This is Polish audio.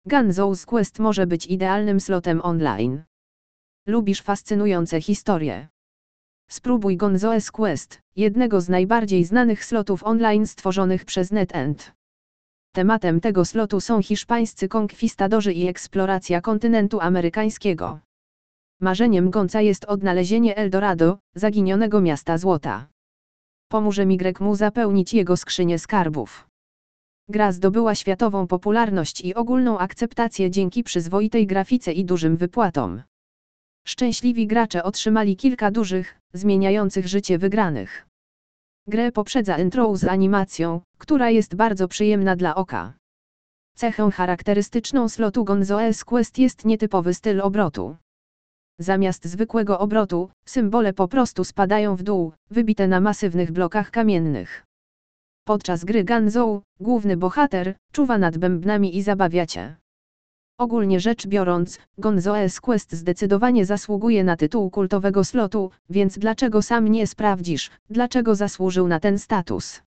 Gonzo's Quest może być idealnym slotem online. Lubisz fascynujące historie? Spróbuj Gonzo's Quest, jednego z najbardziej znanych slotów online stworzonych przez NetEnt. Tematem tego slotu są hiszpańscy konkwistadorzy i eksploracja kontynentu amerykańskiego. Marzeniem Gonza jest odnalezienie Eldorado, zaginionego miasta złota. Pomoże mu zapełnić jego skrzynię skarbów. Gra zdobyła światową popularność i ogólną akceptację dzięki przyzwoitej grafice i dużym wypłatom. Szczęśliwi gracze otrzymali kilka dużych, zmieniających życie wygranych. Grę poprzedza intro z animacją, która jest bardzo przyjemna dla oka. Cechą charakterystyczną slotu Gonzo's Quest jest nietypowy styl obrotu. Zamiast zwykłego obrotu, symbole po prostu spadają w dół, wybite na masywnych blokach kamiennych. Podczas gry Gonzo, główny bohater, czuwa nad bębnami i zabawia cię. Ogólnie rzecz biorąc, Gonzo's Quest zdecydowanie zasługuje na tytuł kultowego slotu, więc dlaczego sam nie sprawdzisz, dlaczego zasłużył na ten status?